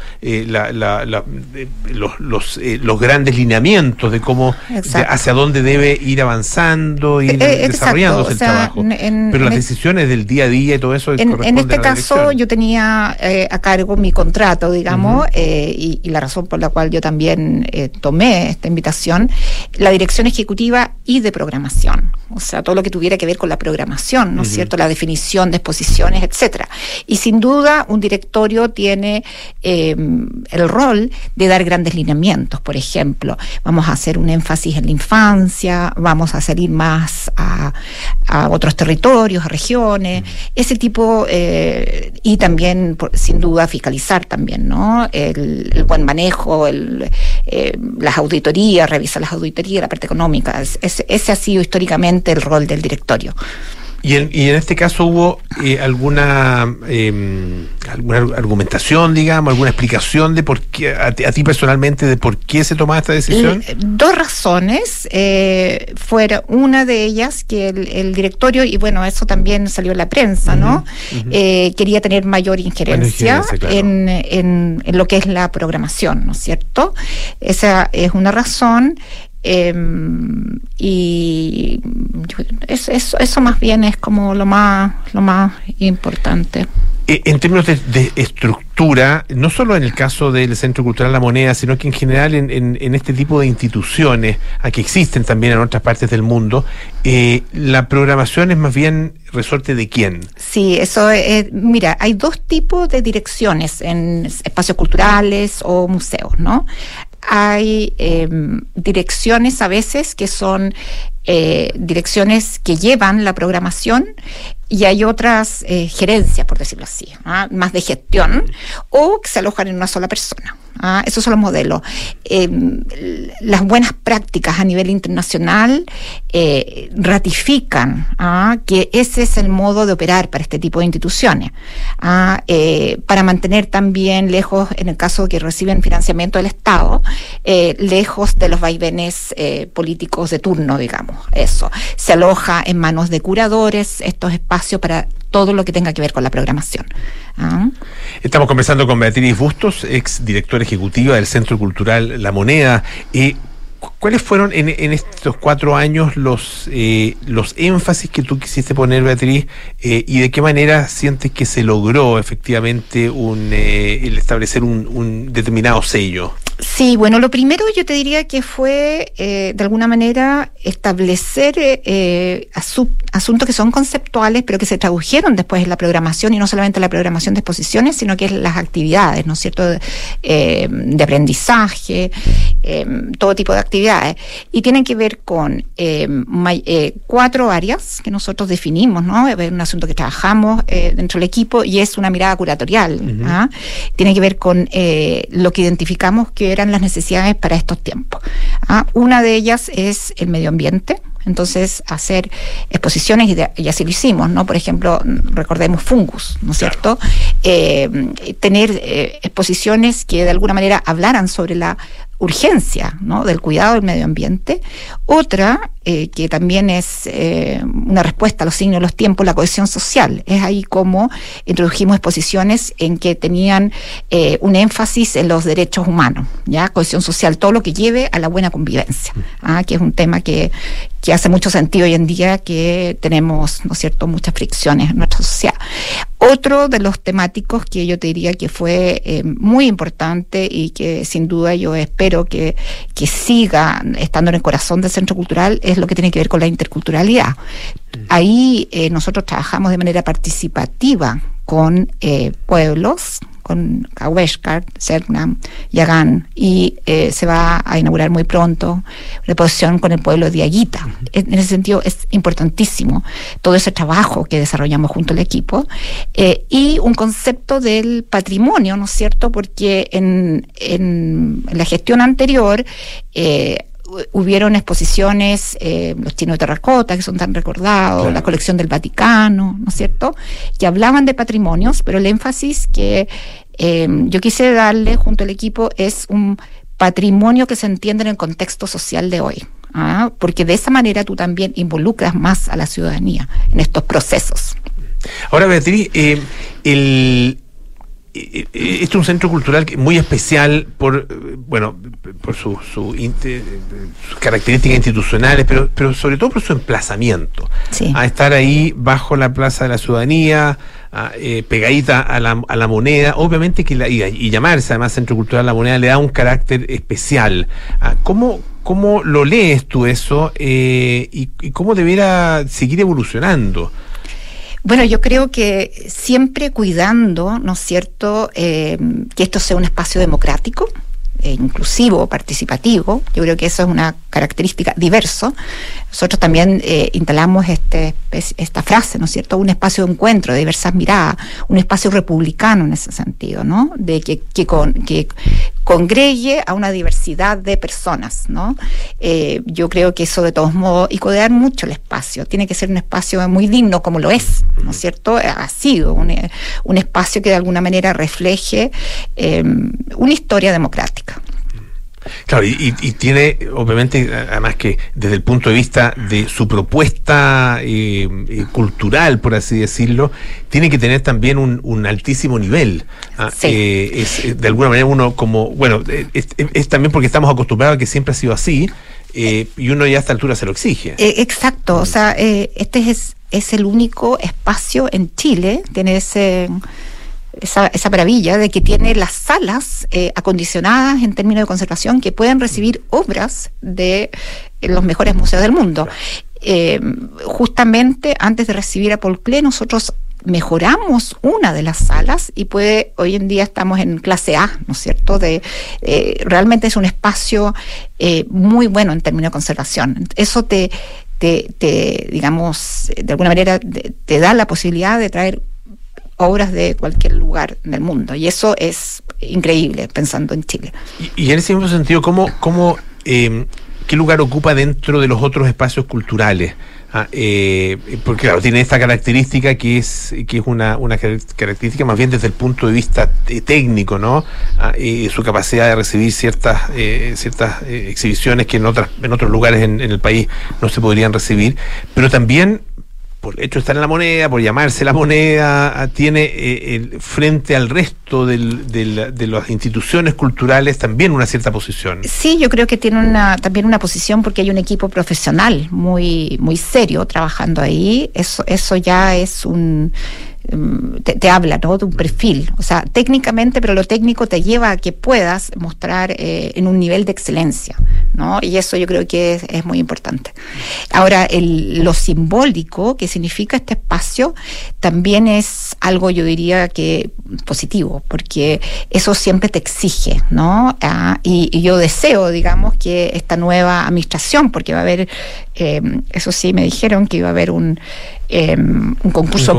grandes lineamientos de cómo, hacia dónde debe ir avanzando y desarrollándose el trabajo. Pero las decisiones del día a día y todo eso en este caso yo tenía a cargo mi contrato, digamos, y la razón por la cual yo también tomé esta invitación, la dirección ejecutiva y de programación, o sea, todo lo que tuviera que ver con la programación, ¿no es cierto?, la definición de exposiciones, etcétera. Y sin duda un directorio tiene el rol de dar grandes lineamientos. Por ejemplo, vamos a hacer un énfasis en la infancia, vamos a salir más a otros territorios, a regiones, ese tipo, y también sin duda fiscalizar también, ¿no? El buen manejo, las auditorías, revisar las auditorías, la parte económica. Ese ha sido históricamente el rol del directorio. Y en este caso hubo alguna argumentación, digamos, alguna explicación de por qué, a ti personalmente, de por qué se tomaba esta decisión. 2 razones. Fuera una de ellas, que el directorio, y bueno, eso también salió en la prensa, ¿no? Quería tener mayor injerencia, claro, en lo que es la programación, ¿no es cierto? Esa es una razón. Y eso más bien es como lo más importante. En términos de estructura, no solo en el caso del Centro Cultural La Moneda, sino que en general en este tipo de instituciones, que existen también en otras partes del mundo, la programación es más bien resorte de quién. Sí, eso es, mira, hay 2 tipos de direcciones en espacios culturales o museos, ¿no? Hay direcciones a veces que son direcciones que llevan la programación, y hay otras gerencias, por decirlo así, más de gestión, o que se alojan en una sola persona. Esos son los modelos. Las buenas prácticas a nivel internacional ratifican que ese es el modo de operar para este tipo de instituciones, para mantener también lejos, en el caso que reciben financiamiento del Estado, lejos de los vaivenes políticos de turno, digamos. Eso se aloja en manos de curadores estos espacios para todo lo que tenga que ver con la programación. Estamos conversando con Beatriz Bustos, ex directora ejecutiva del Centro Cultural La Moneda. ¿Cuáles fueron en estos 4 años los énfasis que tú quisiste poner, Beatriz, y de qué manera sientes que se logró efectivamente el establecer un determinado sello? Sí, bueno, lo primero yo te diría que fue, de alguna manera, establecer asuntos que son conceptuales, pero que se tradujeron después en la programación, y no solamente la programación de exposiciones, sino que es las actividades, ¿no es cierto?, de aprendizaje, todo tipo de actividades. Y tienen que ver con 4 áreas que nosotros definimos, ¿no? Es un asunto que trabajamos dentro del equipo y es una mirada curatorial. Uh-huh. Tiene que ver con lo que identificamos que eran las necesidades para estos tiempos. Una de ellas es el medio ambiente. Entonces, hacer exposiciones, y así lo hicimos, ¿no? Por ejemplo, recordemos Fungus, ¿no es cierto? Tener exposiciones que de alguna manera hablaran sobre la urgencia, ¿no?, del cuidado del medio ambiente. Otra, que también es una respuesta a los signos de los tiempos, la cohesión social. Es ahí como introdujimos exposiciones en que tenían un énfasis en los derechos humanos, ¿ya? Cohesión social, todo lo que lleve a la buena convivencia, que es un tema que hace mucho sentido hoy en día, que tenemos, ¿no es cierto?, muchas fricciones en nuestra sociedad. Otro de los temáticos que yo te diría que fue muy importante y que sin duda yo espero que siga estando en el corazón del Centro Cultural es lo que tiene que ver con la interculturalidad. Ahí nosotros trabajamos de manera participativa con pueblos, con Cahuéscar, Selknam, Yagán, y se va a inaugurar muy pronto una exposición con el pueblo de Aguita. En ese sentido es importantísimo todo ese trabajo que desarrollamos junto al equipo, y un concepto del patrimonio, ¿no es cierto?, porque en la gestión anterior hubieron exposiciones, los chinos de terracota, que son tan recordados, claro, la colección del Vaticano, ¿no es cierto?, que hablaban de patrimonios, pero el énfasis que yo quise darle junto al equipo es un patrimonio que se entiende en el contexto social de hoy, porque de esa manera tú también involucras más a la ciudadanía en estos procesos. Ahora, Beatriz, este es un centro cultural muy especial por sus características institucionales, pero sobre todo por su emplazamiento. Sí. A estar ahí bajo la Plaza de la Ciudadanía, pegadita a la Moneda, obviamente que y llamarse además Centro Cultural La Moneda le da un carácter especial. ¿Cómo lo lees tú eso y cómo debiera seguir evolucionando? Bueno, yo creo que siempre cuidando, ¿no es cierto?, que esto sea un espacio democrático, inclusivo, participativo. Yo creo que eso es una característica diverso. Nosotros también instalamos esta frase, ¿no es cierto?, un espacio de encuentro de diversas miradas, un espacio republicano en ese sentido, ¿no?, de que congregue a una diversidad de personas, ¿no? Yo creo que eso de todos modos, y codear mucho el espacio, tiene que ser un espacio muy digno como lo es, ¿no es cierto? Ha sido un espacio que de alguna manera refleje una historia democrática. Claro, y tiene, obviamente, además que desde el punto de vista de su propuesta cultural, por así decirlo, tiene que tener también un altísimo nivel. Sí. De alguna manera uno como, es también porque estamos acostumbrados a que siempre ha sido así, y uno ya a esta altura se lo exige. Exacto, o sea, este es el único espacio en Chile, tiene esa maravilla de que tiene las salas acondicionadas en términos de conservación que pueden recibir obras de los mejores museos del mundo. Justamente antes de recibir a Paul Klee, nosotros mejoramos una de las salas y hoy en día estamos en clase A, ¿no es cierto? Realmente es un espacio muy bueno en términos de conservación. Eso digamos, de alguna manera te da la posibilidad de traer obras de cualquier lugar del mundo, y eso es increíble pensando en Chile. Y en ese mismo sentido, ¿qué lugar ocupa dentro de los otros espacios culturales? Porque claro, tiene esta característica que es una característica más bien desde el punto de vista técnico, ¿no? Su capacidad de recibir ciertas exhibiciones que en otros lugares en el país no se podrían recibir, pero también por el hecho de estar en la moneda, por llamarse la moneda, tiene frente al resto de las instituciones culturales también una cierta posición. Sí, yo creo que tiene también una posición porque hay un equipo profesional muy, muy serio trabajando ahí. Eso ya es te habla, ¿no?, de un perfil, o sea, técnicamente, pero lo técnico te lleva a que puedas mostrar en un nivel de excelencia, ¿no? Y eso yo creo que es muy importante. Ahora, lo simbólico que significa este espacio también es algo, yo diría que positivo, porque eso siempre te exige, ¿no? Y yo deseo, digamos, que esta nueva administración, porque va a haber, eso sí me dijeron que iba a haber un concurso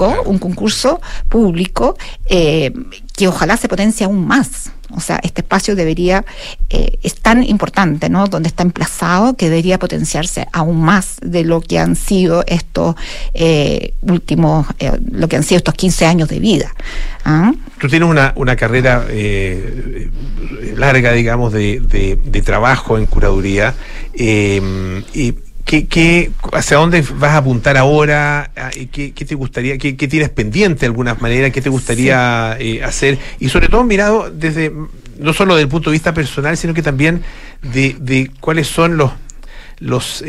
público que ojalá se potencie aún más. O sea, este espacio es tan importante, ¿no?, donde está emplazado, que debería potenciarse aún más de lo que han sido estos estos 15 años de vida. Tú tienes una carrera larga, digamos, de trabajo en curaduría, y ¿hacia dónde vas a apuntar ahora? ¿Qué te gustaría? ¿Qué tienes pendiente de alguna manera? ¿Qué te gustaría hacer? Y sobre todo mirado desde, no solo desde el punto de vista personal, sino que también de cuáles son las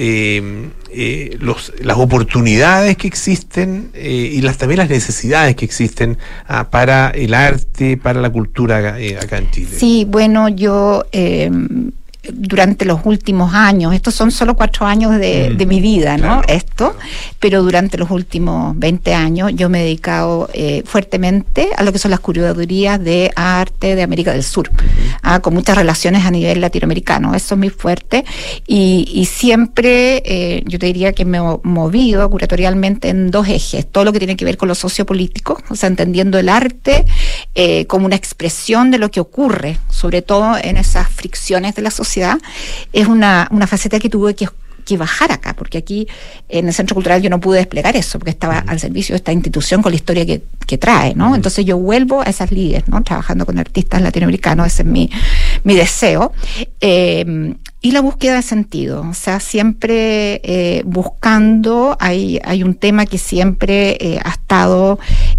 oportunidades que existen y también las necesidades que existen para el arte, para la cultura acá en Chile. Sí, bueno, yo durante los últimos años, estos son solo 4 años de mi vida, ¿no? Claro. Pero durante los últimos 20 años yo me he dedicado fuertemente a lo que son las curadurías de arte de América del Sur, con muchas relaciones a nivel latinoamericano. Eso es muy fuerte y siempre yo te diría que me he movido curatorialmente en 2 ejes: todo lo que tiene que ver con lo sociopolítico, o sea, entendiendo el arte como una expresión de lo que ocurre, sobre todo en esas fricciones de la sociedad. Es una faceta que tuve que bajar acá, porque aquí en el Centro Cultural yo no pude desplegar eso, porque estaba al servicio de esta institución con la historia que trae, ¿no? Entonces yo vuelvo a esas líderes, ¿no?, trabajando con artistas latinoamericanos. Ese es mi deseo. Y la búsqueda de sentido, o sea, siempre buscando, hay un tema que siempre ha estado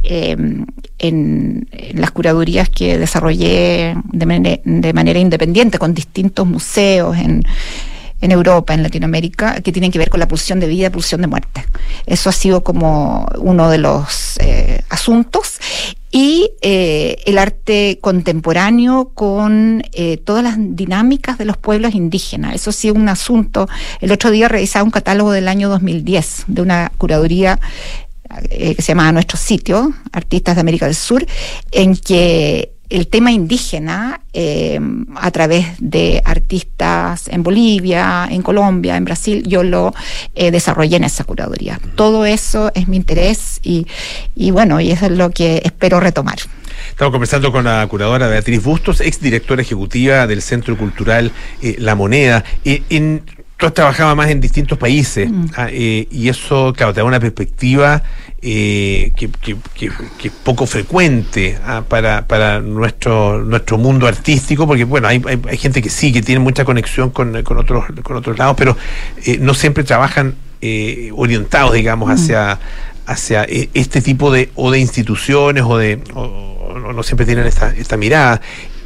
en las curadurías que desarrollé de manera independiente con distintos museos en Europa, en Latinoamérica, que tienen que ver con la pulsión de vida y pulsión de muerte. Eso ha sido como uno de los asuntos. Y el arte contemporáneo con todas las dinámicas de los pueblos indígenas. Eso sí es un asunto. El otro día revisaba un catálogo del año 2010 de una curaduría que se llama Nuestro Sitio, Artistas de América del Sur, en que el tema indígena, a través de artistas en Bolivia, en Colombia, en Brasil, yo lo desarrollé en esa curaduría. Todo eso es mi interés y bueno, y eso es lo que espero retomar. Estamos conversando con la curadora Beatriz Bustos, exdirectora ejecutiva del Centro Cultural La Moneda. Tú has trabajado más en distintos países y eso, claro, te da una perspectiva que es poco frecuente para nuestro mundo artístico, porque bueno, hay gente que sí, que tiene mucha conexión con otros lados, pero no siempre trabajan orientados, digamos, hacia este tipo de instituciones o no siempre tienen esta mirada.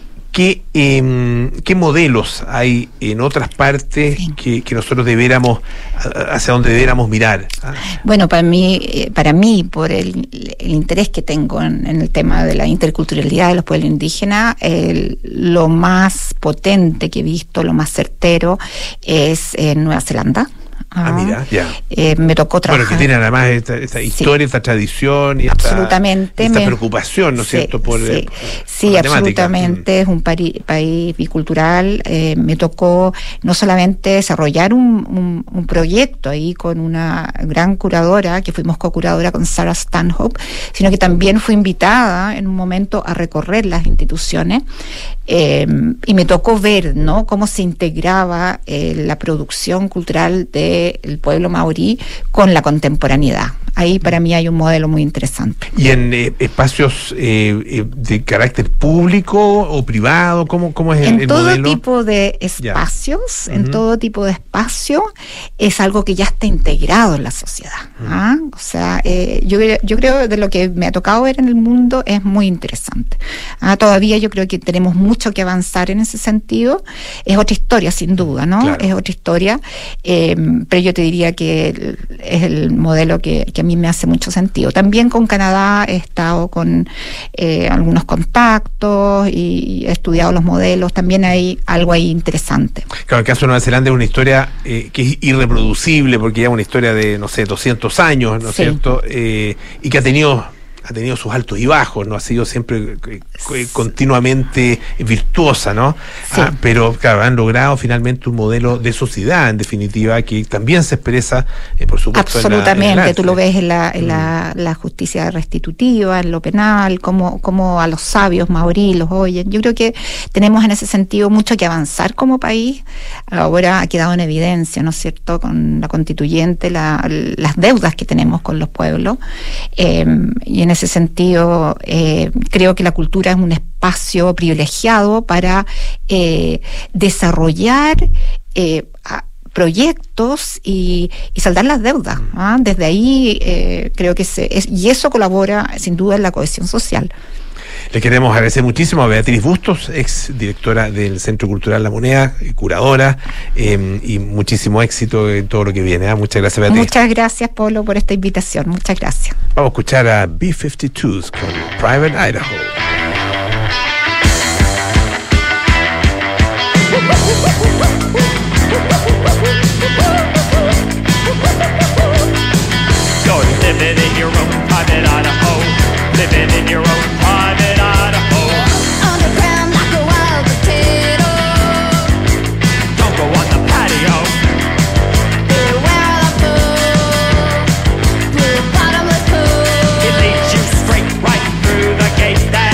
¿Qué modelos hay en otras partes que nosotros hacia donde debiéramos mirar? Bueno, para mí, por el interés que tengo en el tema de la interculturalidad de los pueblos indígenas, lo más potente que he visto, lo más certero, es en Nueva Zelanda. Mira, ya. Me tocó trabajar. Bueno, que tiene además esta historia, esta tradición y esta preocupación, ¿no es cierto? Sí, absolutamente. Es un país bicultural. Me tocó no solamente desarrollar un proyecto ahí con una gran curadora, que fuimos co-curadora con Sarah Stanhope, sino que también fui invitada en un momento a recorrer las instituciones. Y me tocó ver, ¿no?, cómo se integraba la producción cultural del pueblo maorí con la contemporaneidad. Ahí para mí hay un modelo muy interesante. ¿Y en espacios de carácter público o privado? ¿Cómo es el modelo? En todo tipo de espacios, en todo tipo de espacio, es algo que ya está integrado en la sociedad. O sea, yo creo de lo que me ha tocado ver en el mundo es muy interesante. Todavía yo creo que tenemos mucho que avanzar en ese sentido. Es otra historia, sin duda, ¿no? Claro. Es otra historia, pero yo te diría que es el modelo que a mí me hace mucho sentido. También con Canadá he estado con algunos contactos y he estudiado los modelos. También hay algo ahí interesante. Claro, el caso de Nueva Zelanda es una historia que es irreproducible, porque ya es una historia de, no sé, 200 años, ¿no es cierto? Y que ha tenido sus altos y bajos, no ha sido siempre continuamente virtuosa, ¿no? Sí. Pero claro, han logrado finalmente un modelo de sociedad, en definitiva, que también se expresa, por supuesto, absolutamente. Tú lo ves en la justicia restitutiva, en lo penal, como a los sabios maorí los oyen. Yo creo que tenemos en ese sentido mucho que avanzar como país. Ahora ha quedado en evidencia, ¿no es cierto?, con la constituyente, las deudas que tenemos con los pueblos, y en ese sentido creo que la cultura es un espacio privilegiado para desarrollar proyectos y saldar las deudas. Desde ahí creo que y eso colabora sin duda en la cohesión social. Le queremos agradecer muchísimo a Beatriz Bustos, ex directora del Centro Cultural La Moneda, curadora, y muchísimo éxito en todo lo que viene. Muchas gracias, Beatriz. Muchas gracias, Polo, por esta invitación. Muchas gracias. Vamos a escuchar a B-52s con Private Idaho. Living in your own private Idaho. Living in your own private Idaho. Underground like a wild potato. Don't go on the patio. Beware of the blue bottomless pool. It leads you straight right through the gate that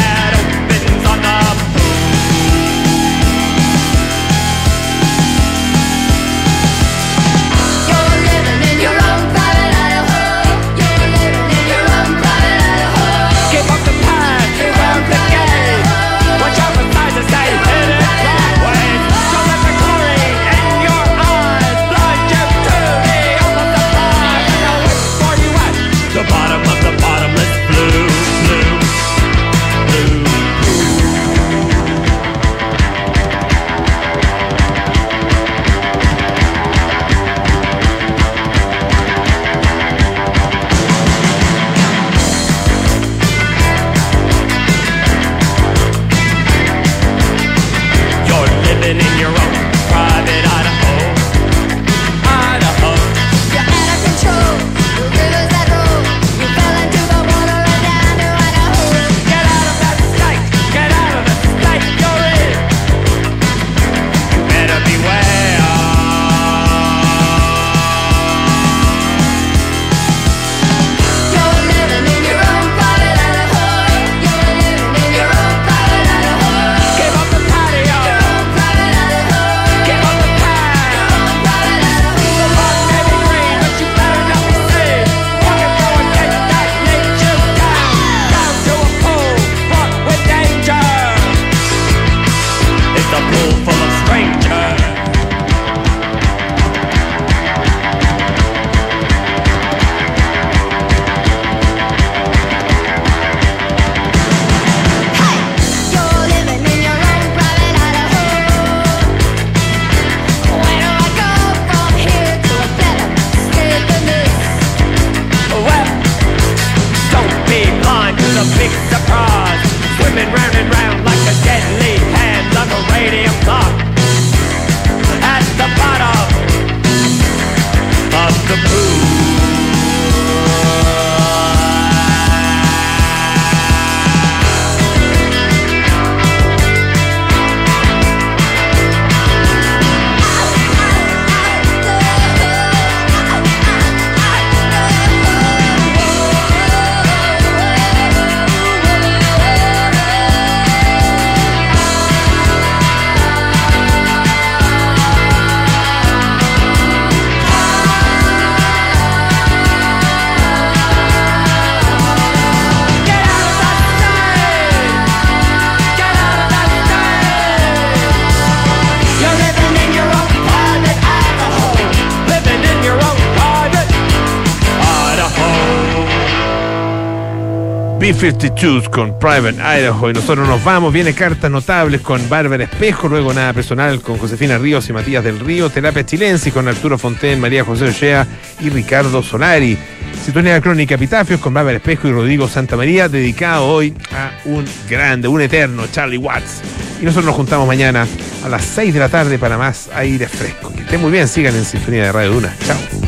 B-52s con Private Idaho. Y nosotros nos vamos. Viene Cartas Notables con Bárbara Espejo. Luego Nada Personal con Josefina Ríos y Matías del Río. Terapia Chilensis con Arturo Fonten, María José Ochea y Ricardo Solari. Sintonía Crónica Epitafios con Bárbara Espejo y Rodrigo Santamaría, dedicado hoy a un grande, un eterno, Charlie Watts. Y nosotros nos juntamos mañana a las 6 de la tarde para más aire fresco. Que estén muy bien, sigan en sintonía de Radio Duna. Chao.